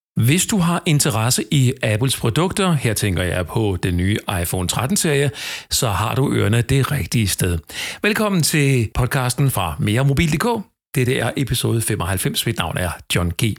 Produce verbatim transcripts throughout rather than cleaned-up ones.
Hvis du har interesse i Apples produkter, her tænker jeg på den nye iPhone tretten-serie, så har du ørerne det rigtige sted. Velkommen til podcasten fra meremobil punktum d k. Dette er episode femoghalvfems. Mit navn er John G.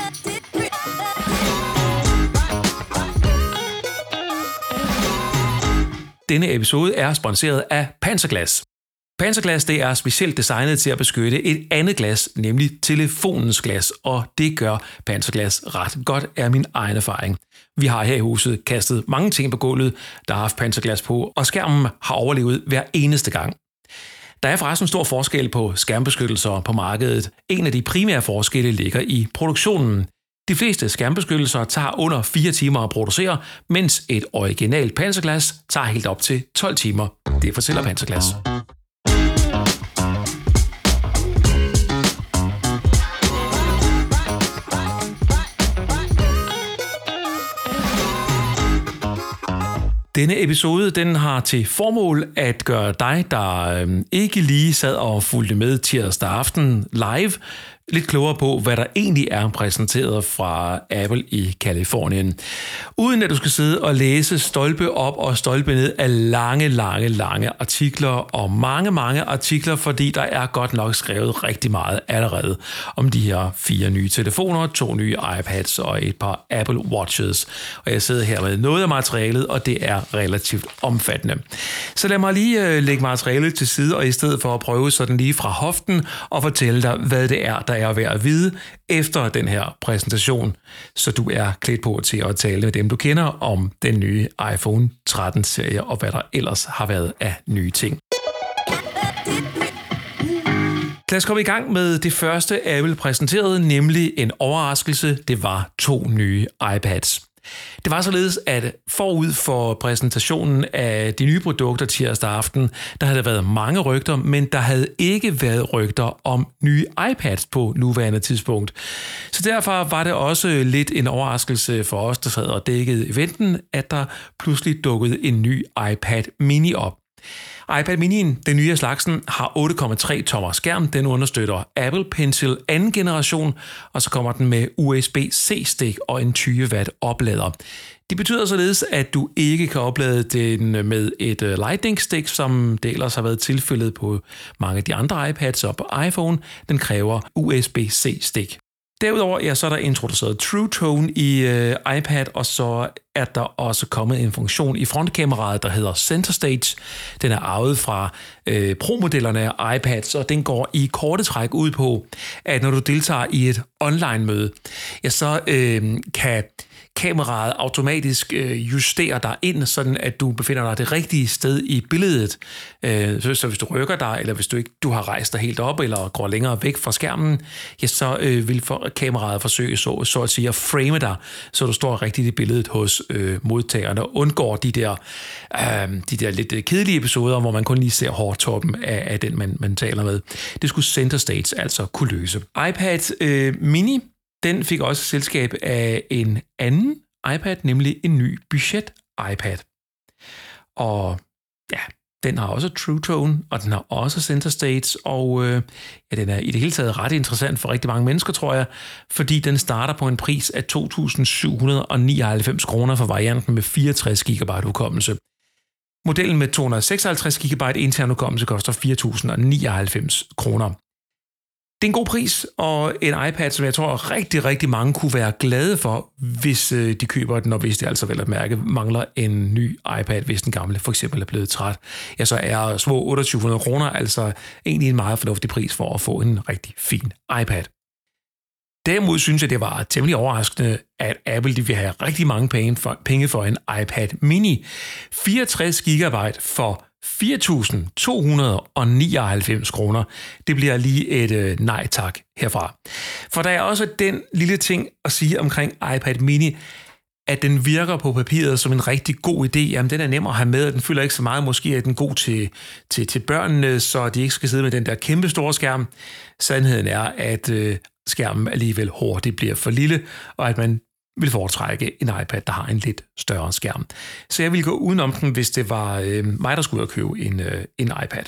Denne episode er sponsoreret af Panzerglas. Panzerglas det er specielt designet til at beskytte et andet glas, nemlig telefonens glas, og det gør Panzerglas ret godt, er min egen erfaring. Vi har her i huset kastet mange ting på gulvet, der har haft Panzerglas på, og skærmen har overlevet hver eneste gang. Der er forresten stor forskel på skærmbeskyttelser på markedet. En af de primære forskelle ligger i produktionen. De fleste skærmbeskyttelser tager under fire timer at producere, mens et originalt Panzerglas tager helt op til tolv timer. Det fortæller Panzerglas. Denne episode den har til formål at gøre dig, der øh, ikke lige sad og fulgte med tirsdag aften live, lidt klogere på, hvad der egentlig er præsenteret fra Apple i Californien. Uden at du skal sidde og læse stolpe op og stolpe ned af lange, lange, lange artikler og mange, mange artikler, fordi der er godt nok skrevet rigtig meget allerede om de her fire nye telefoner, to nye iPads og et par Apple Watches. Og jeg sidder her med noget af materialet, og det er relativt omfattende. Så lad mig lige lægge materialet til side, og i stedet for at prøve sådan lige fra hoften og fortælle dig, hvad det er, der er ved at vide efter den her præsentation, så du er klædt på til at tale med dem, du kender om den nye iPhone tretten-serie og hvad der ellers har været af nye ting. Lad os komme i gang med det første, Apple præsenterede, nemlig en overraskelse. Det var to nye iPads. Det var således, at forud for præsentationen af de nye produkter tirsdag aften, der havde der været mange rygter, men der havde ikke været rygter om nye iPads på nuværende tidspunkt. Så derfor var det også lidt en overraskelse for os, der sad og dækkede eventen, at der pludselig dukkede en ny iPad mini op. iPad mini'en, den nye af slagsen, har otte komma tre tommer skærm. Den understøtter Apple Pencil anden generation, og så kommer den med U S B C-stik og en tyve watt oplader. Det betyder således, at du ikke kan oplade den med et Lightning-stik, som det ellers har været tilfældet på mange af de andre iPads og på iPhone. Den kræver U S B C-stik. Derudover ja, så er der introduceret True Tone i øh, iPad, og så er der også kommet en funktion i frontkameraet, der hedder Center Stage. Den er arvet fra øh, Pro-modellerne af iPads, og den går i korte træk ud på, at når du deltager i et online-møde, ja, så øh, kan kameraet automatisk øh, justere dig ind, sådan at du befinder dig det rigtige sted i billedet. Øh, så, så hvis du rykker dig, eller hvis du ikke du har rejst dig helt op, eller går længere væk fra skærmen, ja, så øh, vil for, kameraet forsøge så, så at sige at frame dig, så du står rigtigt i billedet hos øh, modtagerne, og undgår de der, øh, de der lidt kedelige episoder, hvor man kun lige ser hårtoppen af, af den, man, man taler med. Det skulle Center Stage altså kunne løse. iPad øh, mini, den fik også selskab af en anden iPad, nemlig en ny budget-iPad. Og ja, den har også True Tone, og den har også Center Stage, og øh, ja, den er i det hele taget ret interessant for rigtig mange mennesker, tror jeg, fordi den starter på en pris af to tusind syv hundrede nioghalvfems kroner for varianten med fireogtres gigabyte hukommelse. Modellen med to hundrede seksoghalvtreds gigabyte intern hukommelse koster fire tusind nioghalvfems kroner. Det er en god pris, og en iPad, som jeg tror rigtig, rigtig mange kunne være glade for, hvis de køber den, og hvis det altså vel at mærke mangler en ny iPad, hvis den gamle for eksempel er blevet træt. Ja, så er små otteogtyve hundrede kroner altså egentlig en meget fornuftig pris for at få en rigtig fin iPad. Derimod synes jeg, det var temmelig overraskende, at Apple de vil have rigtig mange penge for, penge for en iPad mini. fireogtres gigabyte for fire tusind to hundrede nioghalvfems kroner. Det bliver lige et øh, nej tak herfra. For der er også den lille ting at sige omkring iPad mini, at den virker på papiret som en rigtig god idé. Jamen, den er nem at have med, og den fylder ikke så meget. Måske er den god til, til, til børnene, så de ikke skal sidde med den der kæmpe store skærm. Sandheden er, at øh, skærmen alligevel hurtigt bliver for lille, og at man vil foretrække en iPad, der har en lidt større skærm. Så jeg ville gå udenom den, hvis det var øh, mig, der skulle ud og købe en, øh, en iPad.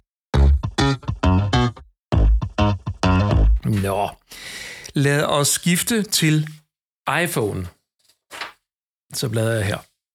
Nå, lad os skifte til iPhone. Så bladrer jeg her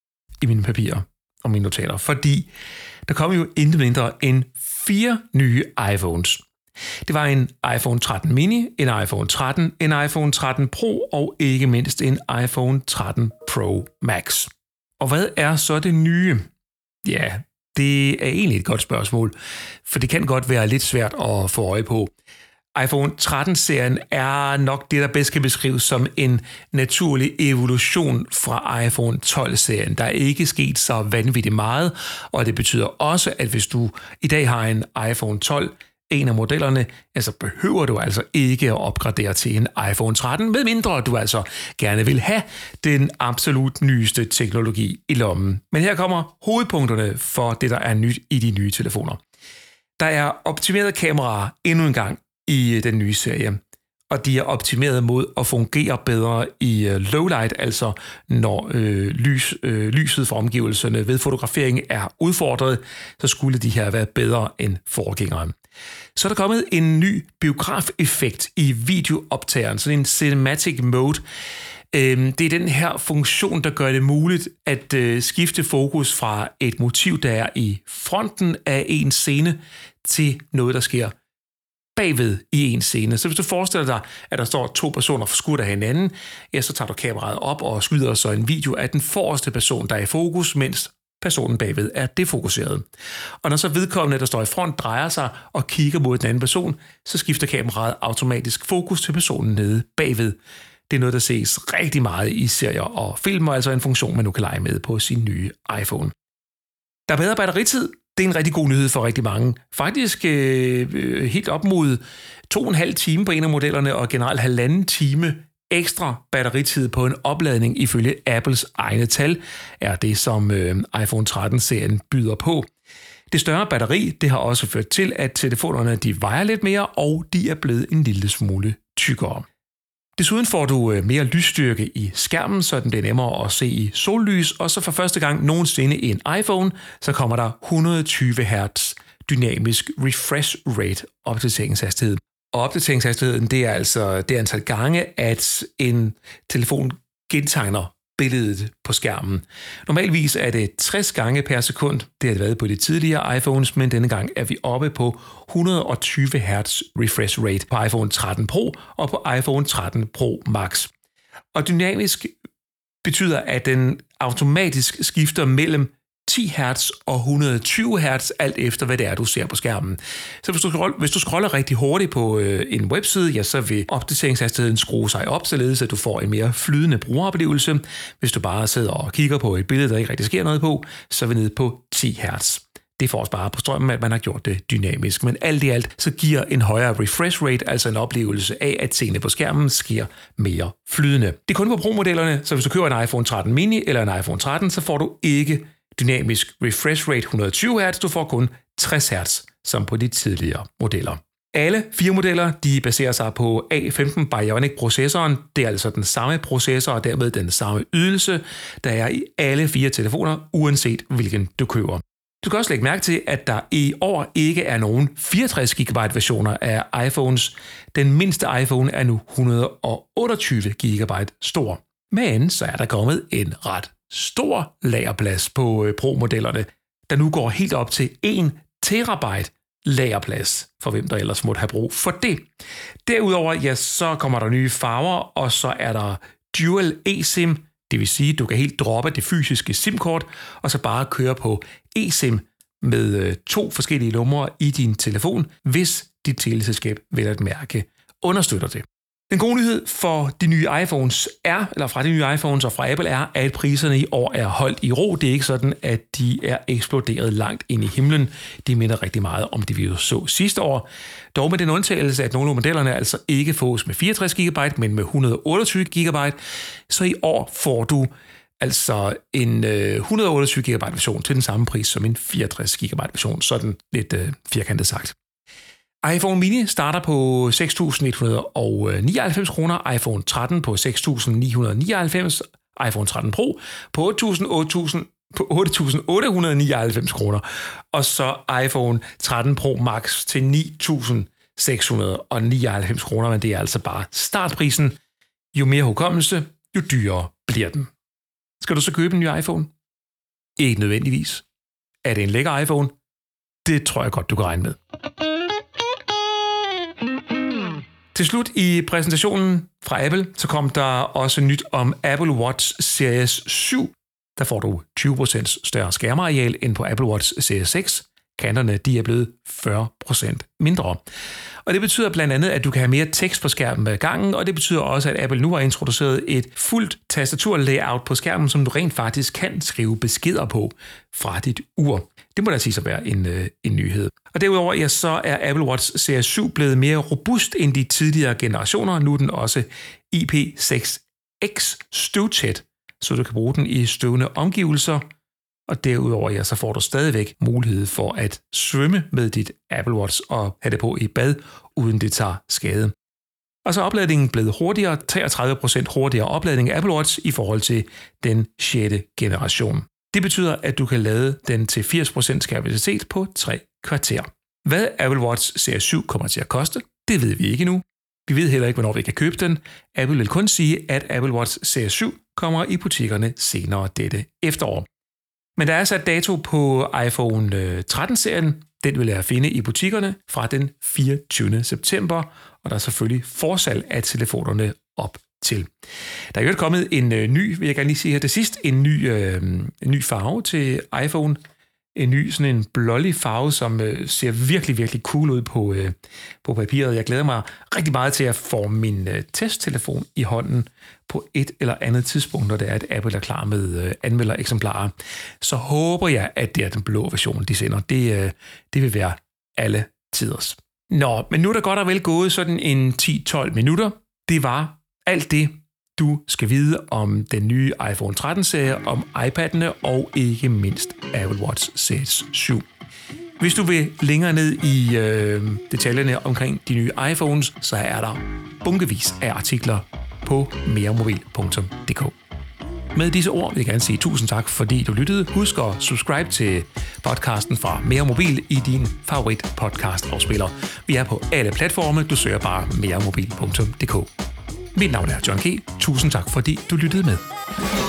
i mine papirer og mine notater, fordi der kom jo intet mindre end fire nye iPhones. Det var en iPhone tretten mini, en iPhone tretten, en iPhone tretten Pro og ikke mindst en iPhone tretten Pro Max. Og hvad er så det nye? Ja, det er egentlig et godt spørgsmål, for det kan godt være lidt svært at få øje på. iPhone tretten-serien er nok det, der bedst kan beskrives som en naturlig evolution fra iPhone tolv-serien. Der er ikke sket så vanvittigt meget, og det betyder også, at hvis du i dag har en iPhone tolv, en af modellerne, så behøver du altså ikke at opgradere til en iPhone tretten, medmindre du altså gerne vil have den absolut nyeste teknologi i lommen. Men her kommer hovedpunkterne for det, der er nyt i de nye telefoner. Der er optimeret kameraer endnu en gang i den nye serie, og de er optimeret mod at fungere bedre i lowlight, altså når øh, lys, øh, lyset fra omgivelserne ved fotografering er udfordret, så skulle de her være bedre end forgængeren. Så er der kommet en ny biograf-effekt i videooptageren, sådan en cinematic mode. Det er den her funktion, der gør det muligt at skifte fokus fra et motiv, der er i fronten af en scene, til noget, der sker bagved i en scene. Så hvis du forestiller dig, at der står to personer forskudt af hinanden, ja, så tager du kameraet op og skyder så en video af den forreste person, der er i fokus, mens personen bagved er defokuseret. Og når så vedkommende, der står i front, drejer sig og kigger mod den anden person, så skifter kameraet automatisk fokus til personen nede bagved. Det er noget, der ses rigtig meget i serier og film, og altså en funktion, man nu kan lege med på sin nye iPhone. Der er bedre batteritid. Det er en rigtig god nyhed for rigtig mange. Faktisk øh, helt op mod to og en halv time på en af modellerne, og generelt halvanden time ekstra batteritid på en opladning ifølge Apples egne tal, er det, som øh, iPhone tretten-serien byder på. Det større batteri, det har også ført til, at telefonerne de vejer lidt mere, og de er blevet en lille smule tykkere. Desuden får du mere lysstyrke i skærmen, så den bliver nemmere at se i sollys, og så for første gang nogensinde i en iPhone, så kommer der et hundrede og tyve hertz dynamisk refresh rate opdateringshastighed. Og opdateringshastigheden, det er altså det antal gange, at en telefon gentegner billedet på skærmen. Normalvis er det tres gange per sekund. Det har det været på de tidligere iPhones, men denne gang er vi oppe på et hundrede og tyve hertz refresh rate på iPhone tretten Pro og på iPhone tretten Pro Max. Og dynamisk betyder, at den automatisk skifter mellem ti hertz og et hundrede og tyve hertz, alt efter hvad det er, du ser på skærmen. Så hvis du, scroller, hvis du scroller rigtig hurtigt på øh, en webside, ja, så vil opdateringshastigheden skrue sig op, således at du får en mere flydende brugeroplevelse. Hvis du bare sidder og kigger på et billede, der ikke rigtig sker noget på, så er vi nede på ti hertz. Det får os bare på strømmen, at man har gjort det dynamisk. Men alt i alt, så giver en højere refresh rate, altså en oplevelse af, at tingene på skærmen sker mere flydende. Det er kun på Pro-modellerne, så hvis du køber en iPhone tretten mini eller en iPhone tretten, så får du ikke dynamisk refresh rate et hundrede og tyve hertz, du får kun tres hertz, som på de tidligere modeller. Alle fire modeller, de baserer sig på A femten Bionic-processoren. Det er altså den samme processor og dermed den samme ydelse, der er i alle fire telefoner, uanset hvilken du køber. Du kan også lægge mærke til, at der i år ikke er nogen fireogtres gigabyte versioner af iPhones. Den mindste iPhone er nu et hundrede og otteogtyve gigabyte stor. Men så er der kommet en ret stor lagerplads på Pro-modellerne, der nu går helt op til en terabyte lagerplads, for hvem der ellers måtte have brug for det. Derudover, ja, så kommer der nye farver, og så er der Dual eSIM, det vil sige, at du kan helt droppe det fysiske SIM-kort, og så bare køre på eSIM med to forskellige numre i din telefon, hvis dit teleselskab vel at mærke understøtter det. Den gode nyhed for de nye iPhones er, eller fra de nye iPhones og fra Apple er, at priserne i år er holdt i ro. Det er ikke sådan, at de er eksploderet langt ind i himlen. De minder rigtig meget om det, vi så sidste år. Dog med den undtagelse, at nogle af modellerne altså ikke fås med fireogtres gigabyte, men med et hundrede og otteogtyve gigabyte. Så i år får du altså en et hundrede og otteogtyve gigabyte version til den samme pris som en fireogtres gigabyte version. Sådan lidt øh, firkantet sagt. iPhone mini starter på seks tusind et hundrede og nioghalvfems kroner, iPhone tretten på seks tusind ni hundrede og nioghalvfems, iPhone tretten Pro på otte tusind otte hundrede og nioghalvfems kroner, og så iPhone tretten Pro Max til ni tusind seks hundrede og nioghalvfems kroner, men det er altså bare startprisen. Jo mere hukommelse, jo dyrere bliver den. Skal du så købe en ny iPhone? Ikke nødvendigvis. Er det en lækker iPhone? Det tror jeg godt, du kan regne med. Til slut i præsentationen fra Apple, så kom der også nyt om Apple Watch Series syv. Der får du tyve procent større skærmareal end på Apple Watch Series seks. Kanterne de er blevet fyrre procent mindre. Og det betyder blandt andet, at du kan have mere tekst på skærmen med gangen, og det betyder også, at Apple nu har introduceret et fuldt tastaturlayout på skærmen, som du rent faktisk kan skrive beskeder på fra dit ur. Det må da sige at være en, øh, en nyhed. Og derudover ja, så er Apple Watch Series syv blevet mere robust end de tidligere generationer. Nu er den også I P seks X støvtæt, så du kan bruge den i støvende omgivelser. Og derudover ja, så får du stadigvæk mulighed for at svømme med dit Apple Watch og have det på i bad, uden det tager skade. Og så er opladningen blevet hurtigere, treogtredive procent hurtigere opladning af Apple Watch i forhold til den sjette generation. Det betyder, at du kan lade den til firs procent kapacitet på tre kvarter. Hvad Apple Watch Series syv kommer til at koste, det ved vi ikke nu. Vi ved heller ikke, hvornår vi kan købe den. Apple vil kun sige, at Apple Watch Series syv kommer i butikkerne senere dette efterår. Men der er sat dato på iPhone tretten-serien. Den vil jeg finde i butikkerne fra den fireogtyvende september, og der er selvfølgelig forsalg af telefonerne op til. Der er jo kommet en øh, ny, vil jeg gerne lige sige her til sidst, en ny, øh, en ny farve til iPhone. En ny, sådan en blålig farve, som øh, ser virkelig, virkelig cool ud på, øh, på papiret. Jeg glæder mig rigtig meget til at få min øh, testtelefon i hånden på et eller andet tidspunkt, når det er, at Apple er klar med øh, anmeldereksemplarer. Så håber jeg, at det er den blå version, de sender. Det, øh, det vil være alle tiders. Nå, men nu er der godt og vel gået sådan en ti til tolv minutter. Det var alt det, du skal vide om den nye iPhone tretten-serie, om iPad'ene og ikke mindst Apple Watch Series syv. Hvis du vil længere ned i øh, detaljerne omkring de nye iPhones, så er der bunkevis af artikler på meremobil punktum d k. Med disse ord vil jeg gerne sige tusind tak, fordi du lyttede. Husk at subscribe til podcasten fra Meremobil i din favorit podcast-afspiller. Vi er på alle platforme. Du søger bare meremobil punktum d k. Mit navn er John G. Tusind tak, fordi du lyttede med.